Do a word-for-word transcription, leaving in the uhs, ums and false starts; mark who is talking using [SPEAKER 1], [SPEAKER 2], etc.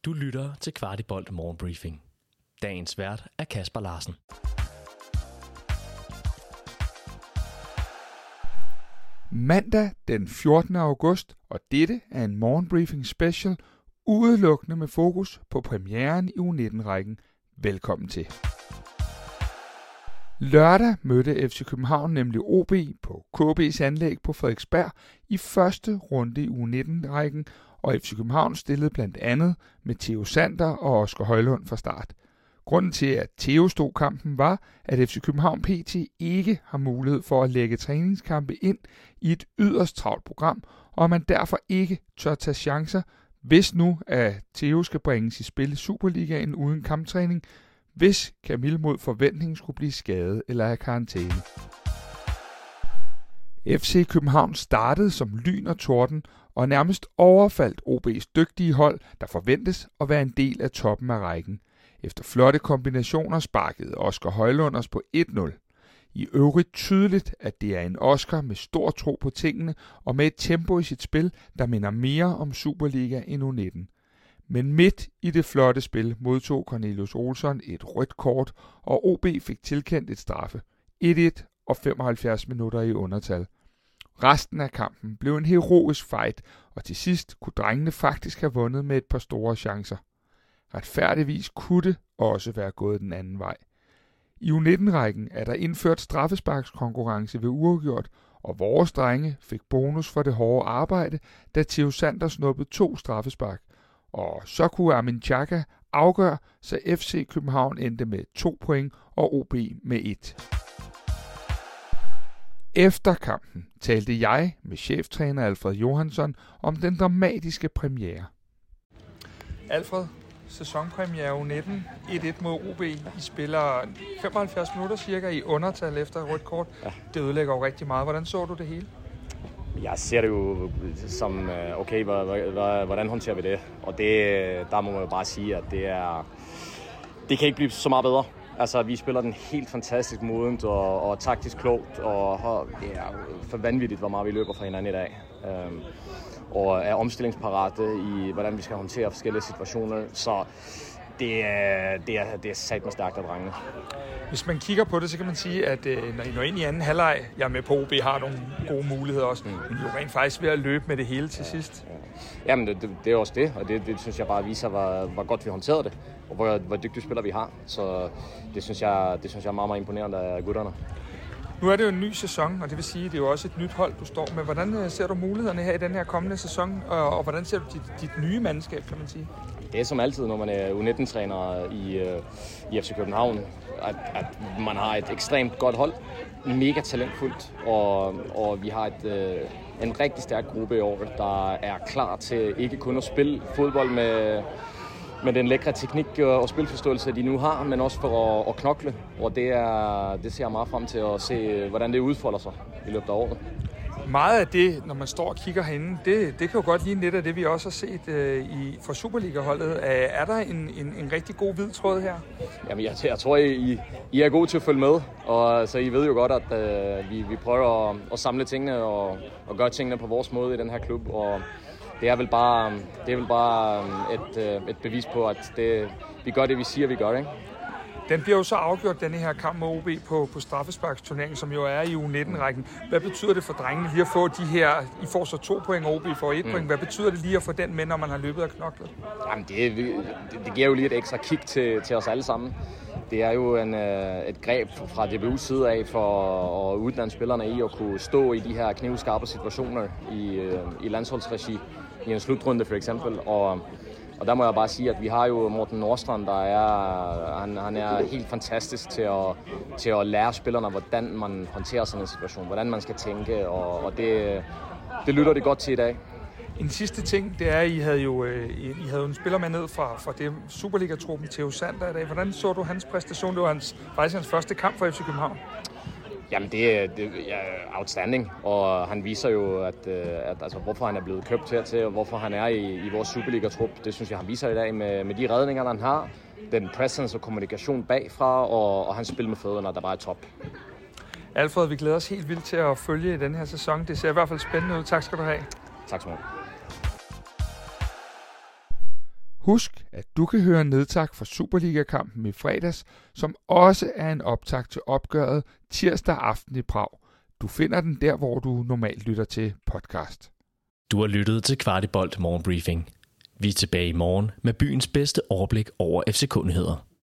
[SPEAKER 1] Du lytter til Kvartibolt Morgenbriefing. Dagens vært er Kasper Larsen.
[SPEAKER 2] Mandag den fjortende august, og dette er en morgenbriefing special, udelukkende med fokus på premieren i U nitten-rækken. Velkommen til. Lørdag mødte F C København nemlig O B på K B's anlæg på Frederiksberg i første runde i U nitten-rækken, og F C København stillede blandt andet med Theo Sander og Oscar Højlund fra start. Grunden til, at Theo stod kampen, var, at F C København P T ikke har mulighed for at lægge træningskampe ind i et yderst travlt program, og man derfor ikke tør tage chancer, hvis nu at Theo skal bringes i spil i Superligaen uden kamptræning, hvis Camille mod forventning skulle blive skadet eller have karantæne. F C København startede som lyn og torden og nærmest overfaldt O B's dygtige hold, der forventes at være en del af toppen af rækken. Efter flotte kombinationer sparkede Oscar Højlund os på et nul. I øvrigt tydeligt, at det er en Oscar med stor tro på tingene og med et tempo i sit spil, der minder mere om Superliga end U nitten. Men midt i det flotte spil modtog Cornelius Olsson et rødt kort, og O B fik tilkendt et straffe. et et og femoghalvfjerds minutter i undertal. Resten af kampen blev en heroisk fight, og til sidst kunne drengene faktisk have vundet med et par store chancer. Retfærdigvis kunne det også være gået den anden vej. I U nitten-rækken er der indført straffesparkskonkurrence ved uafgjort, og vores drenge fik bonus for det hårde arbejde, da Theo Sander snuppede to straffespark. Og så kunne Armin Xhaka afgøre, så F C København endte med to point og O B med et. Efter kampen talte jeg med cheftræner Alfred Johansson om den dramatiske premiere. Alfred, sæsonpremiere U nitten, et et mod O B. I spiller femoghalvfjerds minutter cirka i undertal efter rødt kort. Ja. Det ødelægger jo rigtig meget. Hvordan så du det hele?
[SPEAKER 3] Jeg ser det jo som, okay, hvordan håndterer vi det? Og det, der må man jo bare sige, at det er, det kan ikke blive så meget bedre. Altså, vi spiller den helt fantastisk modent og, og taktisk klogt, og, og det er for vanvittigt, hvor meget vi løber fra hinanden i dag. Um, og er omstillingsparate i, hvordan vi skal håndtere forskellige situationer. Så det er, det er, det er satme stærkt af drengene.
[SPEAKER 2] Hvis man kigger på det, så kan man sige, at når I når ind i anden halvleg, jeg er med på, O B har nogle gode muligheder også, mm. men I er jo rent faktisk ved at løbe med det hele til ja, sidst. Ja.
[SPEAKER 3] Jamen, det, det, det er også det, og det, det synes jeg bare viser, hvor, hvor godt vi håndterede det, og hvor, hvor dygtige spillere vi har. Så det synes jeg, det synes jeg er meget, meget imponerende af gutterne.
[SPEAKER 2] Nu er det jo en ny sæson, og det vil sige, at det er jo også et nyt hold, du står med. Hvordan ser du mulighederne her i den her kommende sæson, og, og hvordan ser du dit, dit nye mandskab, kan man sige?
[SPEAKER 3] Det er som altid, når man er U nitten-træner i, i F C København, at, at man har et ekstremt godt hold, mega talentfuldt, og, og vi har et, øh, en rigtig stærk gruppe i år, der er klar til ikke kun at spille fodbold med, med den lækre teknik og spilforståelse, de nu har, men også for at, at knokle, og det, er, det ser jeg meget frem til at se, hvordan det udfolder sig i løbet af året.
[SPEAKER 2] Meget af det, når man står og kigger herinde, det, det kan jo godt ligne lidt af det, vi også har set øh, i, fra Superliga-holdet. Er der en, en, en rigtig god hvid tråd her?
[SPEAKER 3] Jamen, jeg, jeg tror, I, I er gode til at følge med, og så I ved jo godt, at øh, vi, vi prøver at, at samle tingene og, og gøre tingene på vores måde i den her klub, og det er vel bare, det er vel bare et, et bevis på, at det, vi gør det, vi siger, vi gør, ikke?
[SPEAKER 2] Den bliver jo så afgjort, denne her kamp med O B på, på straffesparksturneringen, som jo er i U nitten-rækken. Hvad betyder det for drengene lige at få de her, I får så to point, og O B får et mm. point. Hvad betyder det lige at få den med, når man har løbet og knoklet?
[SPEAKER 3] Jamen, det, det, det giver jo lige et ekstra kick til, til os alle sammen. Det er jo en, et greb fra D B U's side af for at uddanne spillerne i at kunne stå i de her knivskarpe situationer i, i landsholdsregi, i en slutrunde for eksempel. Og Og der må jeg bare sige, at vi har jo Morten Nordstrand, der er, han, han er helt fantastisk til at, til at lære spillerne, hvordan man håndterer sådan en situation, hvordan man skal tænke, og, og det, det lytter det godt til i dag.
[SPEAKER 2] En sidste ting, det er, at I havde jo I havde en spiller med ned fra, fra det Superliga-truppen, Theo Sander i dag. Hvordan så du hans præstation? Det var hans, faktisk hans første kamp for F C København.
[SPEAKER 3] Jamen, det, det er outstanding, og han viser jo, at, at altså, hvorfor han er blevet købt hertil, og hvorfor han er i, i vores Superliga-trup. Det synes jeg, han viser i dag med, med de redninger, han har, den presence og kommunikation bagfra, og, og hans spil med fødderne, der bare er top.
[SPEAKER 2] Alfred, vi glæder os helt vildt til at følge i den her sæson. Det ser i hvert fald spændende ud. Tak skal du have.
[SPEAKER 3] Tak skal du have.
[SPEAKER 2] Husk, at du kan høre nedtak fra Superliga-kampen i fredags, som også er en optakt til opgøret tirsdag aften i Prag. Du finder den der, hvor du normalt lytter til podcast.
[SPEAKER 1] Du har lyttet til Kvartibolt Morgenbriefing. Vi er tilbage i morgen med byens bedste overblik over F C K-nyheder.